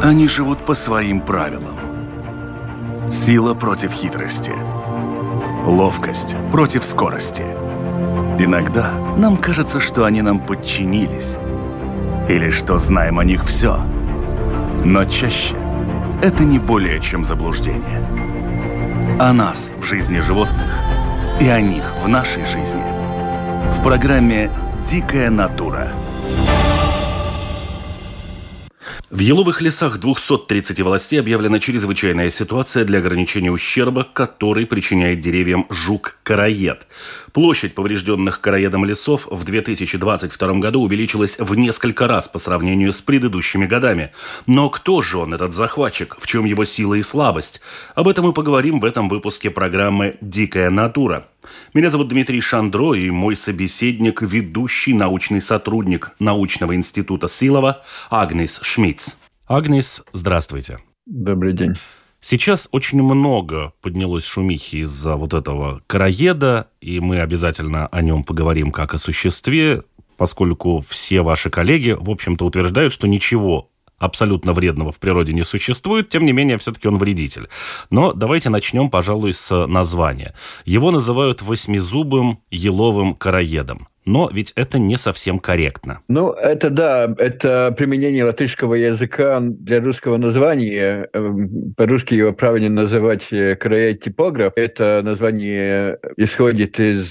Они живут по своим правилам. Сила против хитрости. Ловкость против скорости. Иногда нам кажется, что они нам подчинились. Или что знаем о них все. Но чаще это не более чем заблуждение. О нас в жизни животных и о них в нашей жизни. В программе «Дикая натура». В еловых лесах 230 властей объявлена чрезвычайная ситуация для ограничения ущерба, который причиняет деревьям жук-короед. Площадь поврежденных короедом лесов в 2022 году увеличилась в несколько раз по сравнению с предыдущими годами. Но кто же он, этот захватчик? В чем его сила и слабость? Об этом мы поговорим в этом выпуске программы «Дикая натура». Меня зовут Дмитрий Шандро, и мой собеседник – ведущий научный сотрудник научного института Силова Агнис Шмидц. Агнис, здравствуйте. Добрый день. Сейчас очень много поднялось шумихи из-за вот этого короеда, и мы обязательно о нем поговорим как о существе, поскольку все ваши коллеги, в общем-то, утверждают, что ничего абсолютно вредного в природе не существует, тем не менее, все-таки он вредитель. Но давайте начнем, пожалуй, с названия. Его называют восьмизубым еловым короедом. Но ведь это не совсем корректно. Ну, это да, это применение латышского языка для русского названия. По-русски его правильно называть короед-типограф. Это название исходит из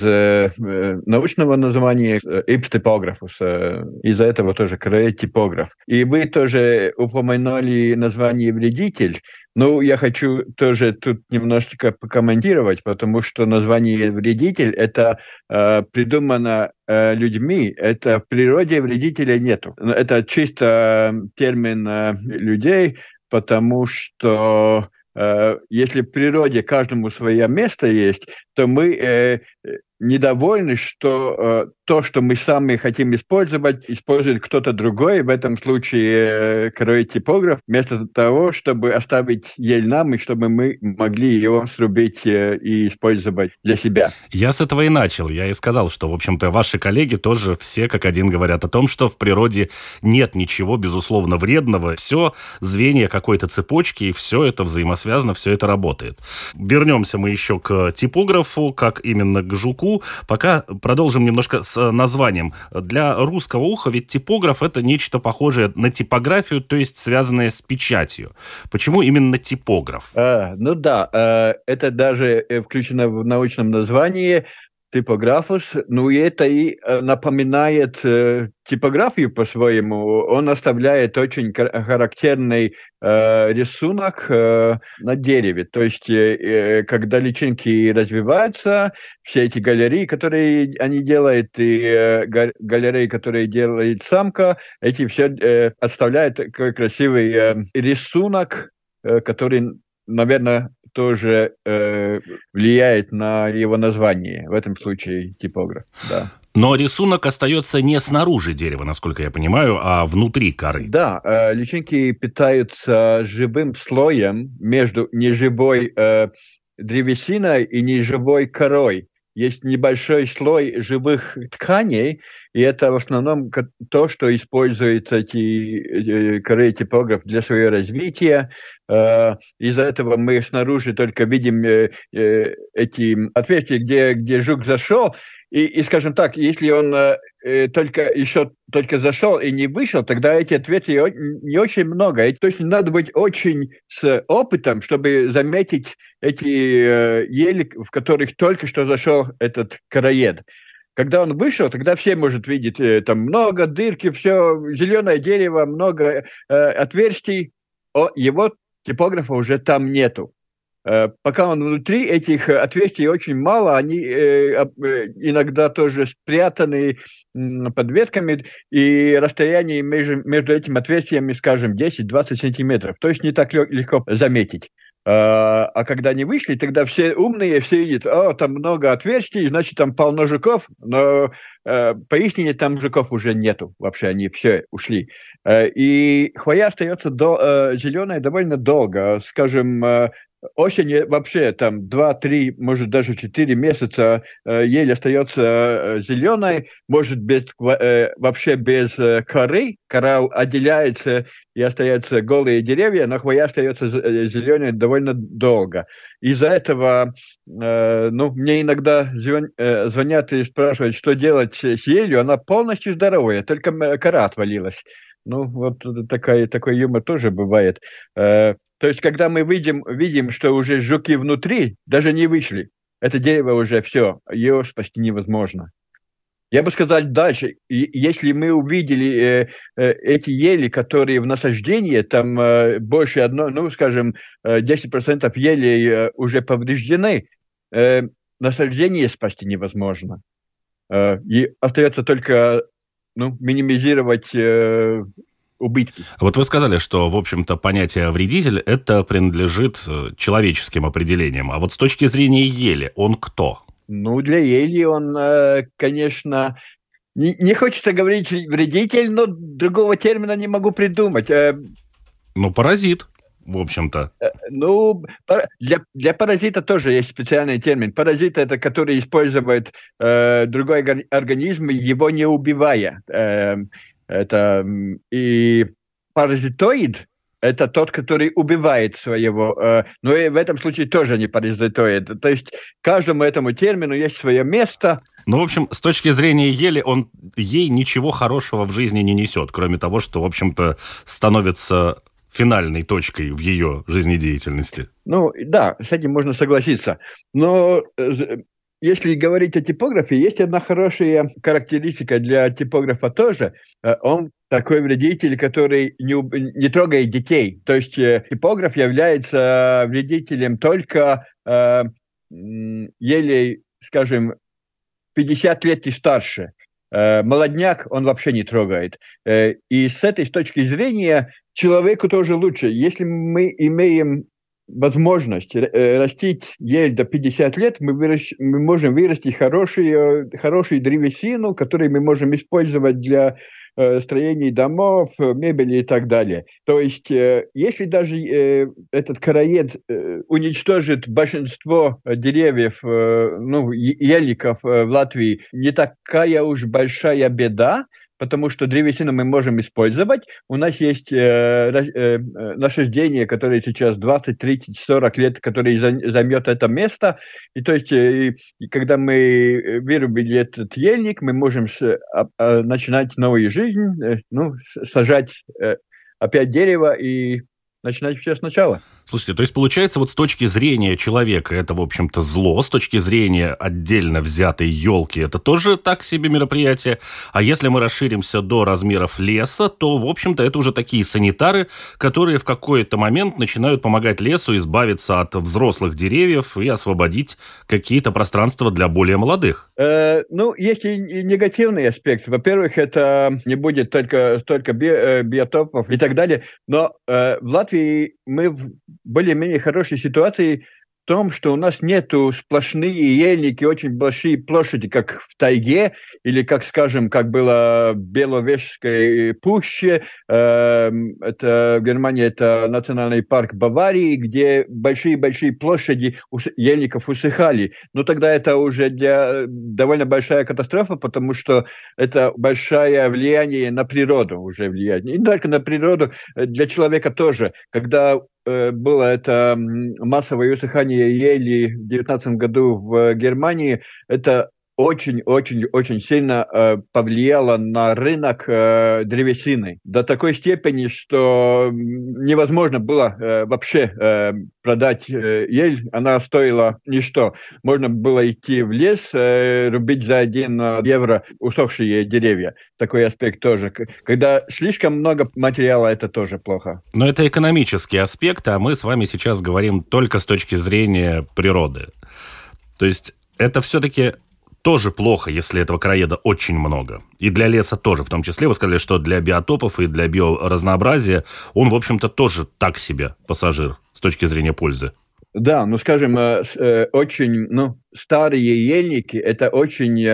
научного названия ипстипографус. Из-за этого тоже короед-типограф. И вы тоже упомянули название вредитель. Ну, я хочу тоже тут немножечко покомментировать, потому что название «вредитель» – это придумано людьми, это в природе вредителя нету. Это чисто термин людей, потому что если в природе каждому свое место есть, то мы недовольны, что то, что мы сами хотим использовать, использует кто-то другой, в этом случае короед-типограф, вместо того, чтобы оставить ель нам, и чтобы мы могли ее срубить и использовать для себя. Я с этого и начал. Я и сказал, что, в общем-то, ваши коллеги тоже все как один говорят о том, что в природе нет ничего, безусловно, вредного. Все звенья какой-то цепочки, и все это взаимосвязано, все это работает. Вернемся мы еще к типографу, как именно к жуку. Пока продолжим немножко с названием. Для русского уха ведь типограф – это нечто похожее на типографию, то есть связанное с печатью. Почему именно типограф? Ну да, это даже включено в научном названии типографус, ну и это и напоминает типографию по-своему. Он оставляет очень характерный рисунок на дереве. То есть, когда личинки развиваются, все эти галереи, которые они делают, и галереи, которые делает самка, эти все оставляют такой красивый рисунок, который, наверное, тоже влияет на его название, в этом случае типограф, да. Но рисунок остается не снаружи дерева, насколько я понимаю, а внутри коры. Да, личинки питаются живым слоем между неживой древесиной и неживой корой. Есть небольшой слой живых тканей, и это в основном то, что использует эти короед-типограф для своего развития. Из-за этого мы снаружи только видим эти отверстия, где жук зашел. И, скажем так, если он только зашел и не вышел, тогда эти отверстия не очень много. То есть надо быть очень с опытом, чтобы заметить эти ели, в которых только что зашел этот короед. Когда он вышел, тогда все могут видеть, там много дырки, все зеленое дерево, много отверстий, его типографа уже там нету. Пока он внутри, этих отверстий очень мало, они иногда тоже спрятаны под ветками, и расстояние между этими отверстиями, скажем, 10-20 сантиметров. То есть не так легко заметить. А когда они вышли, тогда все умные, все видят, там много отверстий, значит, там полно жуков, но поистине там жуков уже нету вообще, они все ушли. И хвоя остается зеленой довольно долго, скажем, осень вообще там 2-3, может даже 4 месяца ель остается зеленой, может вообще без коры, кора отделяется и остаются голые деревья, но хвоя остается зеленой довольно долго. Из-за этого мне иногда звонят и спрашивают, что делать с елью, она полностью здоровая, только кора отвалилась. Вот такой юмор тоже бывает. То есть, когда мы видим, что уже жуки внутри, даже не вышли, это дерево уже все, его спасти невозможно. Я бы сказал дальше, если мы увидели эти ели, которые в насаждении, там больше 10% елей уже повреждены, насаждение спасти невозможно. И остается только минимизировать убытки. Вот вы сказали, что, в общем-то, понятие «вредитель» это принадлежит человеческим определениям. А вот с точки зрения ели, он кто? Для ели он, конечно, не хочется говорить «вредитель», но другого термина не могу придумать. Паразит, в общем-то. Для паразита тоже есть специальный термин. Паразит – это который использует другой организм, его не убивая. И паразитоид – это тот, который убивает своего, но и в этом случае тоже не паразитоид. То есть каждому этому термину есть свое место. В общем, с точки зрения ели, он ей ничего хорошего в жизни не несет, кроме того, что, в общем-то, становится финальной точкой в ее жизнедеятельности. Да, с этим можно согласиться. Но если говорить о типографии, есть одна хорошая характеристика для типографа тоже. Он такой вредитель, который не трогает детей. То есть типограф является вредителем только еле, скажем, 50 лет и старше. Молодняк он вообще не трогает. И с этой точки зрения человеку тоже лучше. Если мы имеем возможность растить ель до 50 лет, мы можем вырастить хорошую древесину, которую мы можем использовать для строения домов, мебели и так далее. То есть, если даже этот короед уничтожит большинство деревьев, ельников в Латвии, не такая уж большая беда, потому что древесину мы можем использовать. У нас есть насаждение, которое сейчас 20, 30, 40 лет, которое займет это место. И то есть, когда мы вырубили этот ельник, мы можем начинать новую жизнь, сажать опять дерево и начинать все сначала. Слушайте, то есть получается, вот с точки зрения человека это, в общем-то, зло, с точки зрения отдельно взятой елки это тоже так себе мероприятие, а если мы расширимся до размеров леса, то, в общем-то, это уже такие санитары, которые в какой-то момент начинают помогать лесу избавиться от взрослых деревьев и освободить какие-то пространства для более молодых. Есть и негативный аспект. Во-первых, это не будет столько биотопов и так далее, но в Латвии мы в более-менее хорошей ситуации в том, что у нас нету сплошные ельники, очень большие площади, как в тайге, или, как было в Беловежской пуще. Это Германия, это национальный парк Баварии, где большие-большие площади ельников усыхали. Но тогда это уже довольно большая катастрофа, потому что это большое влияние на природу уже влияние. Не только на природу, для человека тоже. Когда было это массовое усыхание ели в 2019 году в Германии, это очень сильно повлияло на рынок древесины. До такой степени, что невозможно было вообще продать ель. Она стоила ничто. Можно было идти в лес, рубить за 1 евро усохшие деревья. Такой аспект тоже. Когда слишком много материала, это тоже плохо. Но это экономический аспект, а мы с вами сейчас говорим только с точки зрения природы. То есть это все-таки тоже плохо, если этого короеда очень много. И для леса тоже, в том числе. Вы сказали, что для биотопов и для биоразнообразия он, в общем-то, тоже так себе пассажир с точки зрения пользы. Да, скажем, очень старые ельники – это очень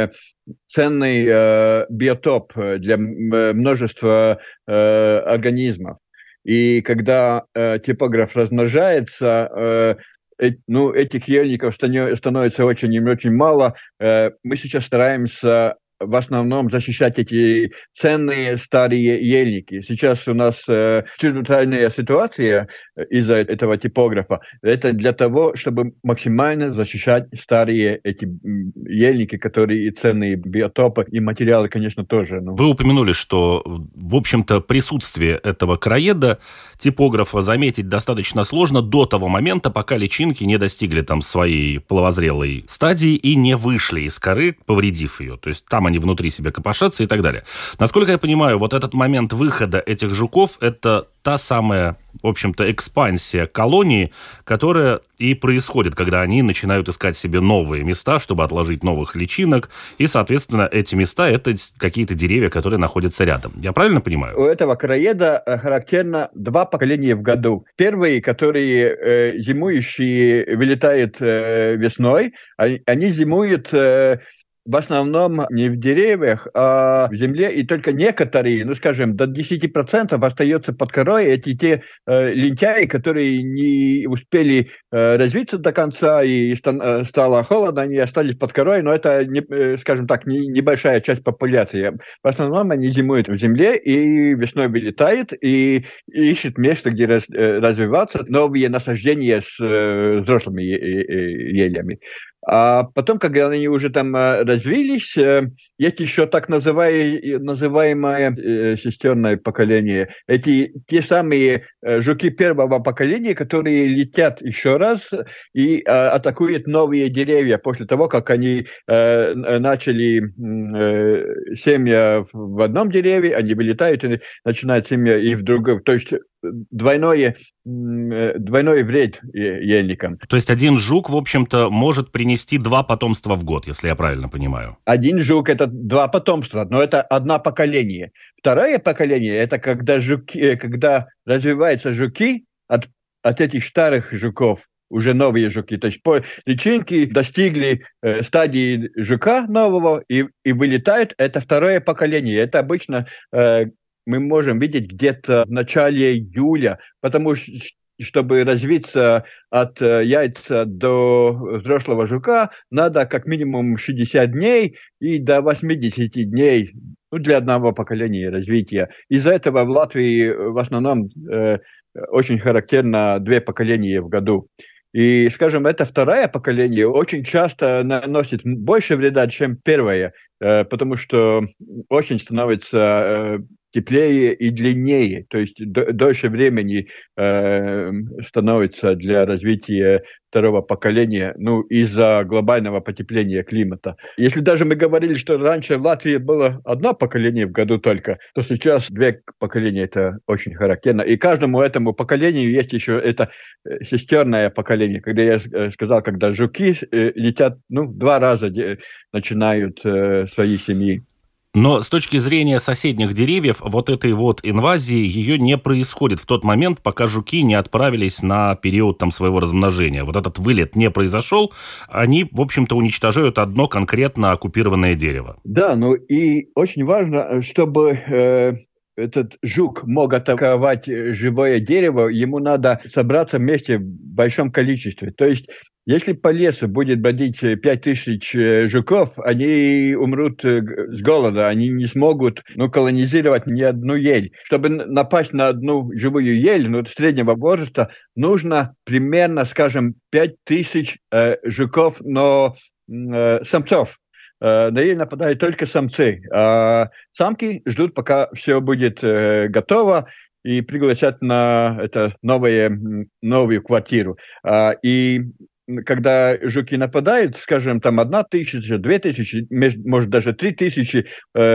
ценный биотоп для множества организмов. И когда типограф размножается, этих ельников становится очень мало. Мы сейчас стараемся в основном защищать эти ценные старые ельники. Сейчас у нас чрезвычайная ситуация из-за этого типографа. Это для того, чтобы максимально защищать старые эти ельники, которые ценные биотопы и материалы, конечно, тоже. Вы упомянули, что, в общем-то, присутствие этого короеда типографа заметить достаточно сложно до того момента, пока личинки не достигли там своей половозрелой стадии и не вышли из коры, повредив ее. То есть там они внутри себя копошатся и так далее. Насколько я понимаю, вот этот момент выхода этих жуков – это та самая, в общем-то, экспансия колонии, которая и происходит, когда они начинают искать себе новые места, чтобы отложить новых личинок, и, соответственно, эти места – это какие-то деревья, которые находятся рядом. Я правильно понимаю? У этого короеда характерно 2 поколения в году. Первые, которые зимующие, вылетают весной, они зимуют в основном не в деревьях, а в земле, и только некоторые, скажем, до 10% остается под корой. Эти те лентяи, которые не успели развиться до конца, и стало холодно, они остались под корой, но это, скажем так, небольшая часть популяции. В основном они зимуют в земле и весной вылетают и ищут место, где развиваться, новые насаждения с взрослыми елями. А потом, когда они уже там развились, есть еще так называемое сестерное поколение. Те самые жуки первого поколения, которые летят еще раз и атакуют новые деревья после того, как они начали семя в одном дереве, они вылетают и начинают семя и в другом. То есть двойной вред ельникам. То есть один жук, в общем-то, может принести 2 потомства в год, если я правильно понимаю. Один жук – это 2 потомства, но это одно поколение. Второе поколение – это когда развиваются жуки от этих старых жуков, уже новые жуки. То есть личинки достигли стадии жука нового и вылетают. Это второе поколение. Это обычно мы можем видеть где-то в начале июля, потому что, чтобы развиться от яйца до взрослого жука, надо как минимум 60 дней и до 80 дней для одного поколения развития. Из-за этого в Латвии в основном очень характерно 2 поколения в году. И, скажем, это второе поколение очень часто наносит больше вреда, чем первое, потому что очень становится теплее и длиннее, то есть дольше времени становится для развития второго поколения, из-за глобального потепления климата. Если даже мы говорили, что раньше в Латвии было 1 поколение в году только, то сейчас 2 поколения, это очень характерно. И каждому этому поколению есть еще это сестерное поколение, когда я сказал, когда жуки летят, 2 раза начинают свои семьи. Но с точки зрения соседних деревьев, вот этой вот инвазии, ее не происходит в тот момент, пока жуки не отправились на период там своего размножения. Вот этот вылет не произошел, они, в общем-то, уничтожают одно конкретно оккупированное дерево. Да, и очень важно, чтобы этот жук мог атаковать живое дерево, ему надо собраться вместе в большом количестве. То есть, если по лесу будет бродить 5000 жуков, они умрут с голода, они не смогут колонизировать ни одну ель. Чтобы напасть на одну живую ель, среднего возраста, нужно примерно, скажем, 5000 жуков, но самцов. На ель нападают только самцы. А самки ждут, пока все будет готово, и пригласят на это новую квартиру. И когда жуки нападают, скажем, там 1000, 2000, может даже 3000,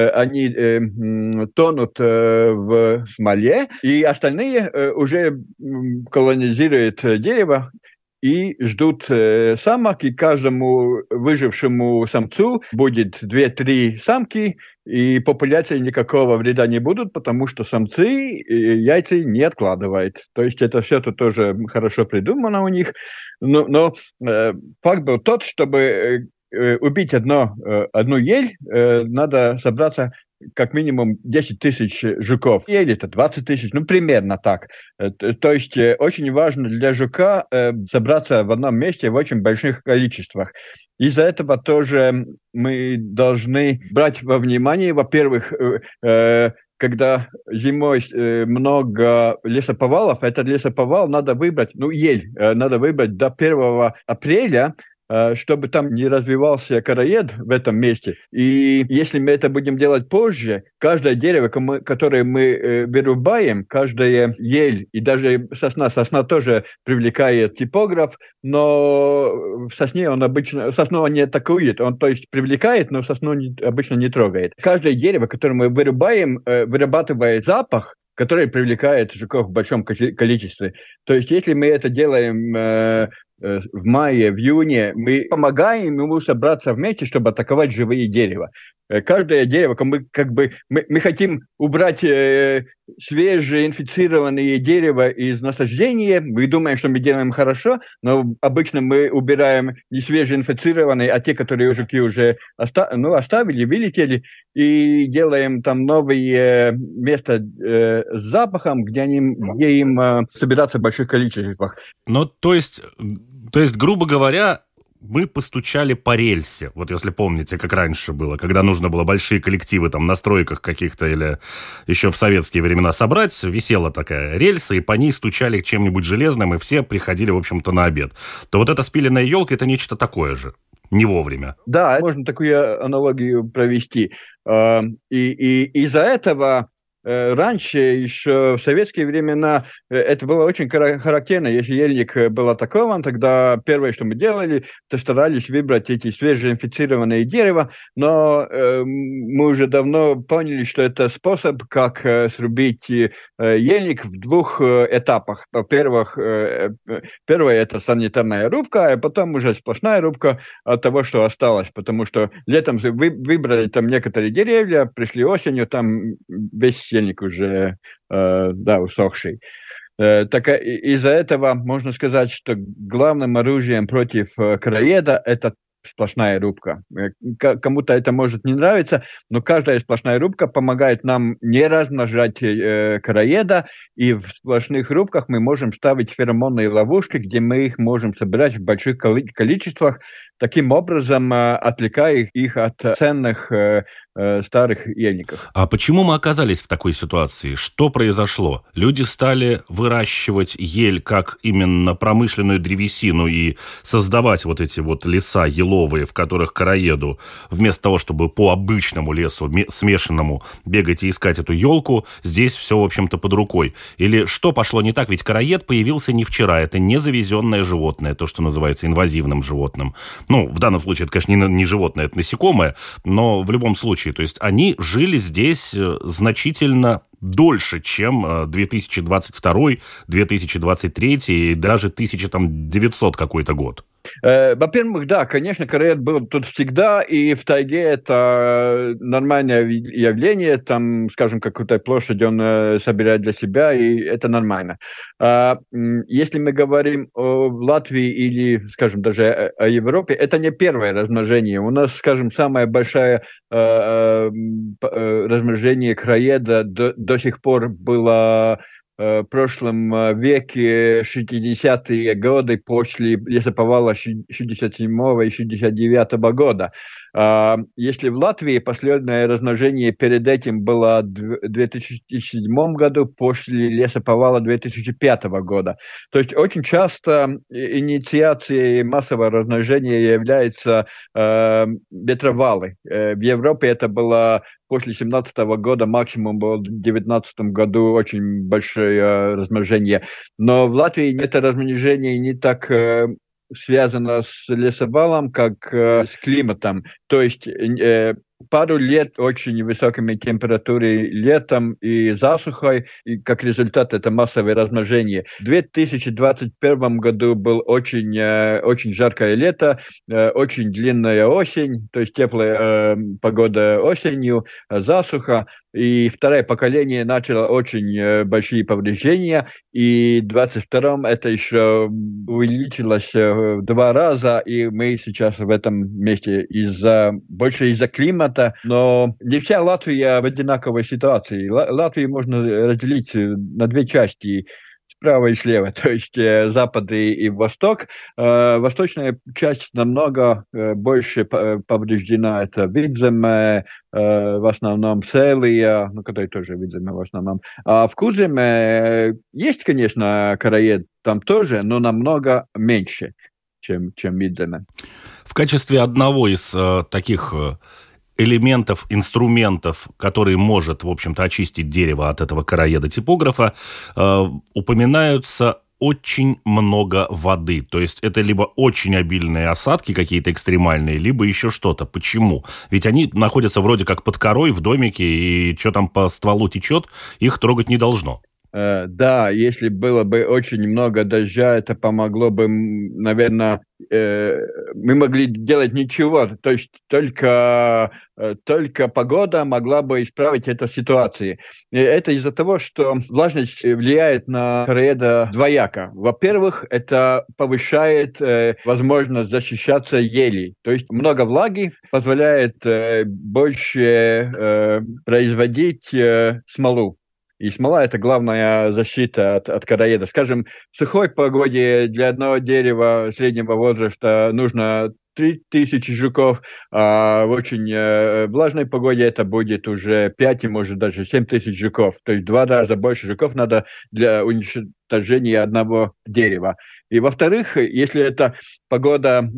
они тонут в смоле, и остальные уже колонизируют дерево и ждут самок, и каждому выжившему самцу будет 2-3 самки, и популяции никакого вреда не будут, потому что самцы яйца не откладывают. То есть это все тут тоже хорошо придумано у них. Но факт был тот, чтобы убить одну ель, надо собраться как минимум 10 тысяч жуков. Ель это 20 тысяч, ну, примерно так. То есть очень важно для жука собраться в одном месте в очень больших количествах. Из-за этого тоже мы должны брать во внимание, во-первых, когда зимой много лесоповалов, этот лесоповал надо выбрать, ель надо выбрать до 1 апреля, чтобы там не развивался короед в этом месте. И если мы это будем делать позже, каждое дерево, которое мы вырубаем, каждая ель и даже сосна тоже привлекает типограф, но в сосне сосну он не атакует, он то есть привлекает, но сосну обычно не трогает. Каждое дерево, которое мы вырубаем, вырабатывает запах, который привлекает жуков в большом количестве. То есть, если мы это делаем в мае, в июне, мы помогаем ему собраться вместе, чтобы атаковать живые дерева. Каждое дерево, мы хотим убрать свежие инфицированные дерева из насаждения. Мы думаем, что мы делаем хорошо, но обычно мы убираем не свежеинфицированные, а те, которые жуки уже оставили, вылетели, и делаем там новые места с запахом, где им собираться в больших количествах. Ну, то есть, грубо говоря, мы постучали по рельсе. Вот если помните, как раньше было, когда нужно было большие коллективы там на стройках каких-то или еще в советские времена собрать, висела такая рельса, и по ней стучали чем-нибудь железным, и все приходили, в общем-то, на обед. То вот эта спиленная елка – это нечто такое же. Не вовремя. Да, можно такую аналогию провести. И из-за этого раньше, еще в советские времена, это было очень характерно. Если ельник был атакован, тогда первое, что мы делали, то старались выбрать эти свежеинфицированные дерева, но мы уже давно поняли, что это способ, как срубить ельник в 2 этапах. Во-первых, первое – это санитарная рубка, а потом уже сплошная рубка от того, что осталось, потому что летом выбрали там некоторые деревья, пришли осенью, там весь ельник уже усохший. Так из-за этого можно сказать, что главным оружием против короеда это сплошная рубка. Кому-то это может не нравиться, но каждая сплошная рубка помогает нам не размножать короеда, и в сплошных рубках мы можем ставить феромонные ловушки, где мы их можем собирать в больших количествах, таким образом отвлекая их от ценных старых ельников. А почему мы оказались в такой ситуации? Что произошло? Люди стали выращивать ель как именно промышленную древесину и создавать вот эти вот леса еловые, в которых короеду, вместо того, чтобы по обычному лесу смешанному бегать и искать эту елку, здесь все, в общем-то, под рукой. Или что пошло не так? Ведь короед появился не вчера. Это не завезенное животное, то, что называется инвазивным животным. Ну, в данном случае это, конечно, не животное, это насекомое, но в любом случае, то есть они жили здесь значительно дольше, чем 2022, 2023 и даже 1900 какой-то год. Во-первых, да, конечно, короед был тут всегда, и в тайге это нормальное явление, там, скажем, какую-то площадь он собирает для себя, и это нормально. Если мы говорим о Латвии или, скажем, даже о Европе, это не первое размножение. У нас, скажем, самое большое размножение короеда до сих пор было в прошлом веке, 60-е годы, после лесоповала 67-го и 69-го года. Если в Латвии последнее размножение перед этим было в 2007 году, после лесоповала 2005 года. То есть очень часто инициацией массового размножения являются ветровалы. В Европе это было после 2017 года, максимум было в 2019 году очень большое размножение. Но в Латвии это размножение не так связано с лесовалом, как с климатом. То есть пару лет очень высокими температурами летом и засухой, и как результат это массовое размножение. В 2021 году был очень жаркое лето, очень длинная осень, то есть теплая погода осенью, засуха, и второе поколение начало очень большие повреждения, и в 22-м это еще увеличилось в 2 раза, и мы сейчас в этом месте больше из-за климата, но не вся Латвия в одинаковой ситуации. Латвию можно разделить на 2 части. Справа и слева, то есть запад и восток. Восточная часть намного больше повреждена. Это Видземе, в основном Селия, который тоже Видземе в основном. А в Куземе есть, конечно, короед там тоже, но намного меньше, чем Видземе. В качестве одного из таких элементов, инструментов, который может, в общем-то, очистить дерево от этого короеда-типографа, упоминаются очень много воды. То есть это либо очень обильные осадки какие-то экстремальные, либо еще что-то. Почему? Ведь они находятся вроде как под корой в домике, и что там по стволу течет, их трогать не должно. Да, если было бы очень много дождя, это помогло бы, наверное, мы могли делать ничего, то есть только погода могла бы исправить эту ситуацию. И это из-за того, что влажность влияет на короеда двояко. Во-первых, это повышает возможность защищаться елей, то есть много влаги позволяет больше производить смолу. И смола – это главная защита от короеда. Скажем, в сухой погоде для одного дерева среднего возраста нужно 3000 жуков, а в очень влажной погоде это будет уже 5 и, может, даже 7000 жуков. То есть в 2 раза больше жуков надо для уничтожения одного дерева. И, во-вторых, если это погода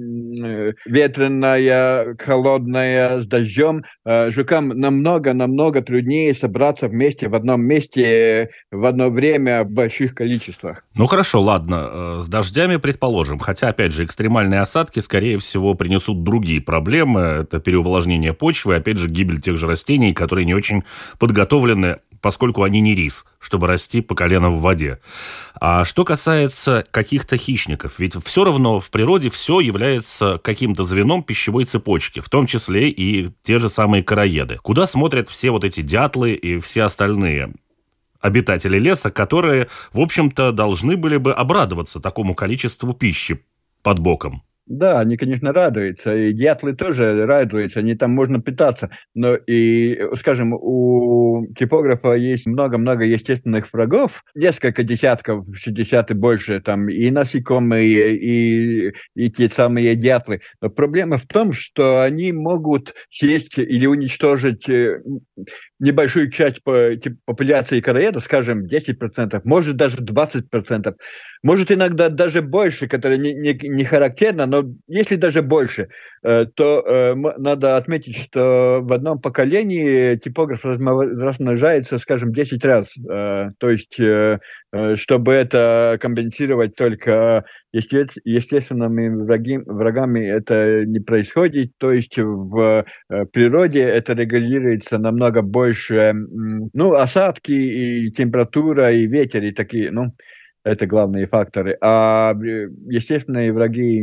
ветреная, холодная, с дождем, жукам намного труднее собраться вместе в одном месте в одно время в больших количествах. Ну хорошо, ладно, с дождями предположим. Хотя, опять же, экстремальные осадки, скорее всего, принесут другие проблемы. Это переувлажнение почвы, опять же, гибель тех же растений, которые не очень подготовлены, поскольку они не рис, чтобы расти по колено в воде. А что касается каких-то хищников, ведь все равно в природе все является каким-то звеном пищевой цепочки, в том числе и те же самые короеды. Куда смотрят все вот эти дятлы и все остальные обитатели леса, которые, в общем-то, должны были бы обрадоваться такому количеству пищи под боком? Да, они, конечно, радуются, и дятлы тоже радуются, они там можно питаться, но и, скажем, у типографа есть много-много естественных врагов, несколько десятков, 60 и больше, там и насекомые, и те самые дятлы, но проблема в том, что они могут съесть или уничтожить небольшую часть популяции короеда, скажем, 10%, может даже 20%, может иногда даже больше, которое не характерно, но если даже больше, то надо отметить, что в одном поколении типограф размножается, скажем, 10 раз. То есть, чтобы это компенсировать только естественными врагами, это не происходит. То есть, в природе это регулируется намного больше, осадки и температура, и ветер, и такие, это главные факторы. А естественные враги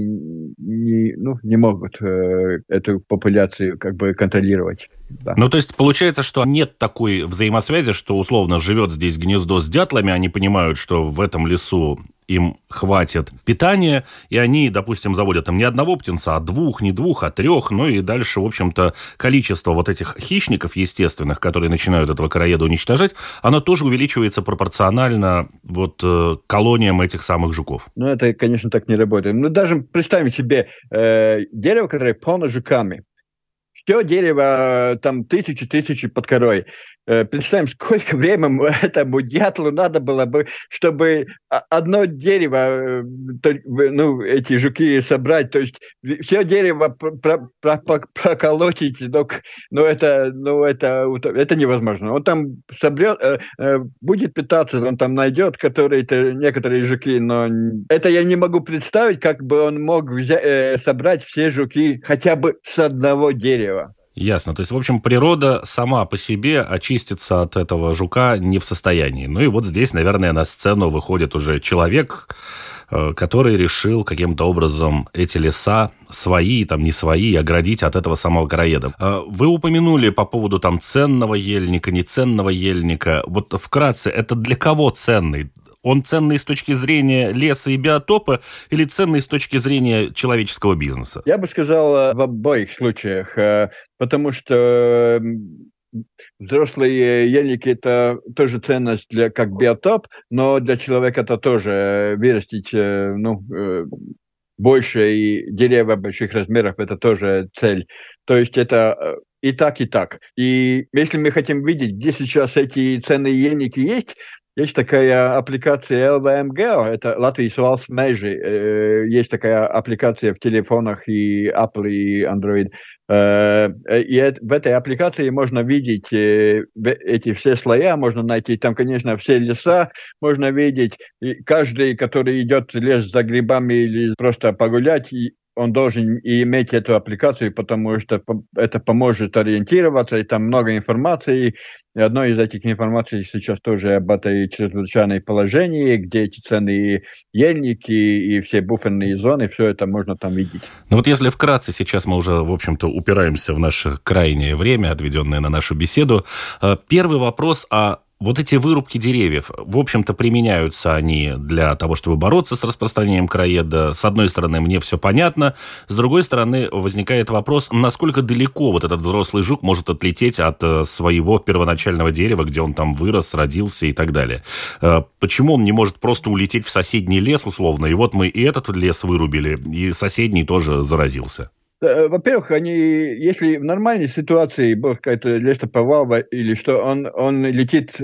не могут эту популяцию контролировать. Да. Ну, то есть, получается, что нет такой взаимосвязи, что, условно, живет здесь гнездо с дятлами, они понимают, что в этом лесу им хватит питания, и они, допустим, заводят там не одного птенца, а 2, не 2, а 3, и дальше, в общем-то, количество вот этих хищников естественных, которые начинают этого короеда уничтожать, оно тоже увеличивается пропорционально колониям этих самых жуков. Это, конечно, так не работает. Даже представим себе дерево, которое полно жуками. Все дерево, там тысячи под корой. Представим, сколько времени этому дятлу надо было бы, чтобы одно дерево, эти жуки собрать, то есть все дерево проколотить, это невозможно. Он там соберет, будет питаться, он там найдет некоторые жуки, но это я не могу представить, как бы он мог собрать все жуки хотя бы с одного дерева. Ясно. То есть, в общем, природа сама по себе очиститься от этого жука не в состоянии. Ну и вот здесь, наверное, на сцену выходит уже человек, который решил каким-то образом эти леса, свои, там, не свои, оградить от этого самого короеда. Вы упомянули по поводу там ценного ельника, неценного ельника. Вот вкратце, это для кого ценный? Он ценный с точки зрения леса и биотопа или ценный с точки зрения человеческого бизнеса? Я бы сказал в обоих случаях, потому что взрослые ельники – это тоже ценность как биотоп, но для человека это тоже вырастить больше деревья больших размеров – это тоже цель. То есть это и так, и так. И если мы хотим видеть, где сейчас эти ценные ельники есть такая аппликация LVMGeo, это Латвийс Valsts Meži, есть такая аппликация в телефонах и Apple, и Android. И в этой аппликации можно видеть эти все слоя, можно найти там, конечно, все леса, можно видеть. И каждый, который идет в лес за грибами или просто погулять, он должен иметь эту аппликацию, потому что это поможет ориентироваться, и там много информации. И одной из этих информаций сейчас тоже об этой чрезвычайной положении, где эти ценные ельники и все буферные зоны, все это можно там видеть. Ну вот если вкратце, сейчас мы уже, в общем-то, упираемся в наше крайнее время, отведенное на нашу беседу. Первый вопрос вот эти вырубки деревьев, в общем-то, применяются они для того, чтобы бороться с распространением короеда. С одной стороны, мне все понятно. С другой стороны, возникает вопрос, насколько далеко вот этот взрослый жук может отлететь от своего первоначального дерева, где он там вырос, родился и так далее. Почему он не может просто улететь в соседний лес, условно, и вот мы и этот лес вырубили, и соседний тоже заразился? Во-первых, если в нормальной ситуации был какой-то лесоповал или что, он летит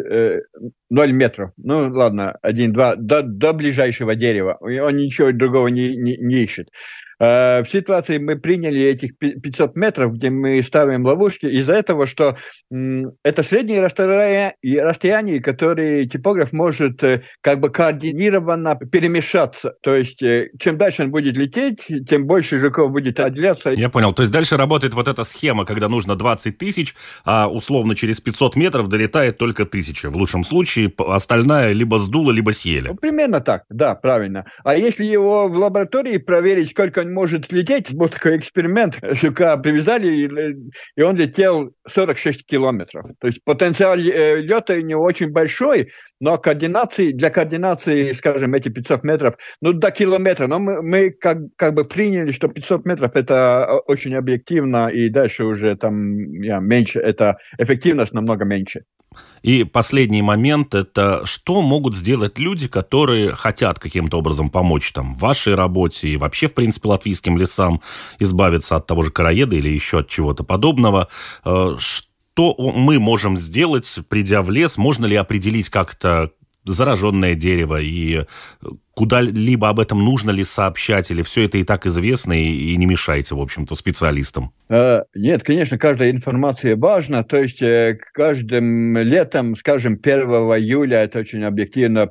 0 метров, ну ладно, 1-2, до ближайшего дерева, он ничего другого не ищет. В ситуации мы приняли этих 500 метров, где мы ставим ловушки, из-за этого, что это средние расстояния, которые типограф может как бы координированно перемешаться. То есть, чем дальше он будет лететь, тем больше жуков будет отделяться. Я понял. То есть, дальше работает вот эта схема, когда нужно 20 тысяч, а условно через 500 метров долетает только 1000. В лучшем случае остальная либо сдуло, либо съели. Ну, примерно так, да, правильно. А если его в лаборатории проверить, сколько он может лететь, был такой эксперимент, жука привязали, и он летел 46 километров. То есть потенциал лета не очень большой, но для координации, скажем, эти 500 метров, до километра. Но мы как бы приняли, что 500 метров это очень объективно, и дальше уже там меньше, это эффективность намного меньше. И последний момент – это что могут сделать люди, которые хотят каким-то образом помочь там, в вашей работе и вообще, в принципе, латвийским лесам избавиться от того же короеда или еще от чего-то подобного. Что мы можем сделать, придя в лес? Можно ли определить как-то зараженное дерево и куда-либо об этом нужно ли сообщать, или все это и так известно, и не мешайте, в общем-то, специалистам? Нет, конечно, каждая информация важна. То есть каждым летом, скажем, 1 июля, это очень объективно,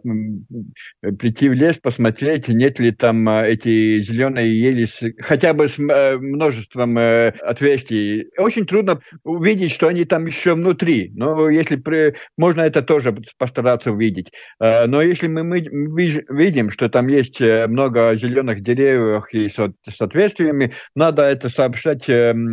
прийти в лес, посмотреть, нет ли там эти зеленые ели, хотя бы с множеством отверстий. Очень трудно увидеть, что они там еще внутри. Но если можно это тоже постараться увидеть. Но если мы видим, что там есть много зеленых деревьев и с отверстиями, надо это сообщать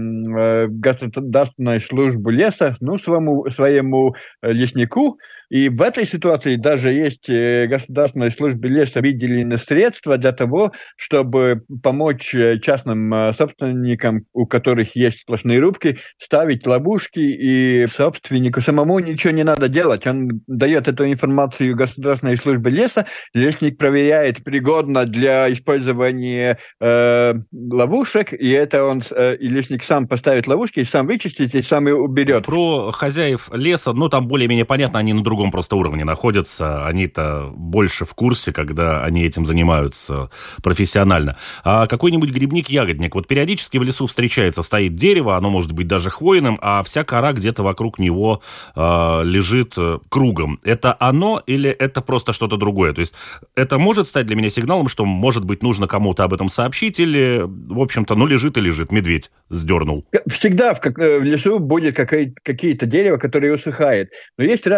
государственной службе леса, своему леснику. И в этой ситуации даже есть государственной службе леса выделены средства для того, чтобы помочь частным собственникам, у которых есть сплошные рубки, ставить ловушки, и собственнику самому ничего не надо делать. Он дает эту информацию государственной службе леса, лесник проверяет, пригодно для использования ловушек, и это и лесник сам поставит ловушки, и сам вычистит, и сам и уберет. Про хозяев леса, там более-менее понятно, они на другом просто уровне находятся, они-то больше в курсе, когда они этим занимаются профессионально. А какой-нибудь грибник-ягодник, вот периодически в лесу встречается, стоит дерево, оно может быть даже хвойным, а вся кора где-то вокруг него лежит кругом. Это оно или это просто что-то другое? То есть это может стать для меня сигналом, что, может быть, нужно кому-то об этом сообщить, или, в общем-то, лежит и лежит, медведь сдернул? Всегда в лесу будет какие-то дерева, которые усыхают. Но есть разница, это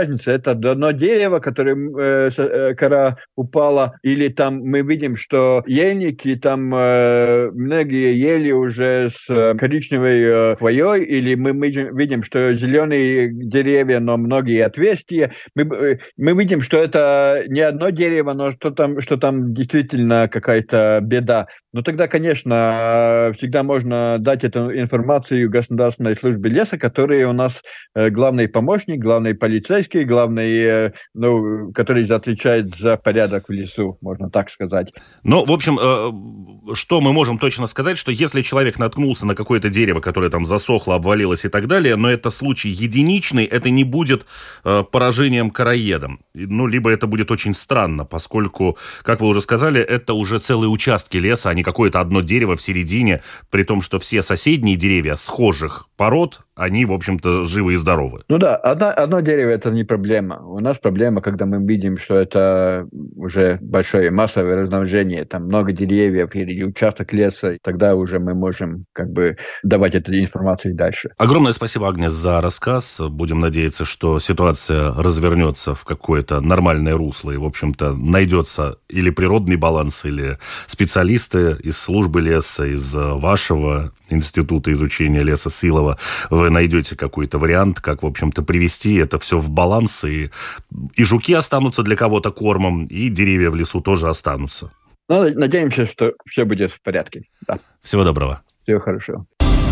это одно дерево, которое кора упала, или там мы видим, что ельники, там многие ели уже с коричневой хвоей, или мы видим, что зеленые деревья, но многие отверстия. Мы видим, что это не одно дерево, но что там действительно какая-то беда. Но тогда, конечно, всегда можно дать эту информацию Государственной службе леса, который у нас главный помощник, главный полицейский, главный, который отвечает за порядок в лесу, можно так сказать. Ну, в общем, что мы можем точно сказать, что если человек наткнулся на какое-то дерево, которое там засохло, обвалилось и так далее, но это случай единичный, это не будет поражением короедом. Ну, либо это будет очень странно, поскольку, как вы уже сказали, это уже целые участки леса, а не какое-то одно дерево в середине, при том, что все соседние деревья схожих пород, они, в общем-то, живы и здоровы. Ну да, одно дерево – это не проблема. У нас проблема, когда мы видим, что это уже большое массовое размножение, там много деревьев или участок леса, тогда уже мы можем давать эту информацию дальше. Огромное спасибо, Агнес, за рассказ. Будем надеяться, что ситуация развернется в какое-то нормальное русло и, в общем-то, найдется или природный баланс, или специалисты из службы леса, из вашего Института изучения леса Силова, вы найдете какой-то вариант, как, в общем-то, привести это все в баланс, и жуки останутся для кого-то кормом, и деревья в лесу тоже останутся. Ну, надеемся, что все будет в порядке. Да. Всего доброго. Всего хорошего.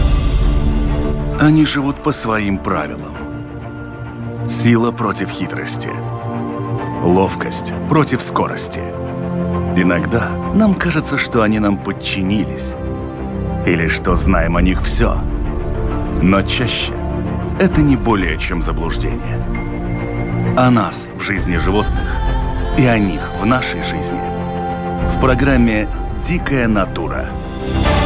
Они живут по своим правилам. Сила против хитрости. Ловкость против скорости. Иногда нам кажется, что они нам подчинились. Или что знаем о них все. Но чаще это не более чем заблуждение. О нас в жизни животных и о них в нашей жизни. В программе «Дикая натура».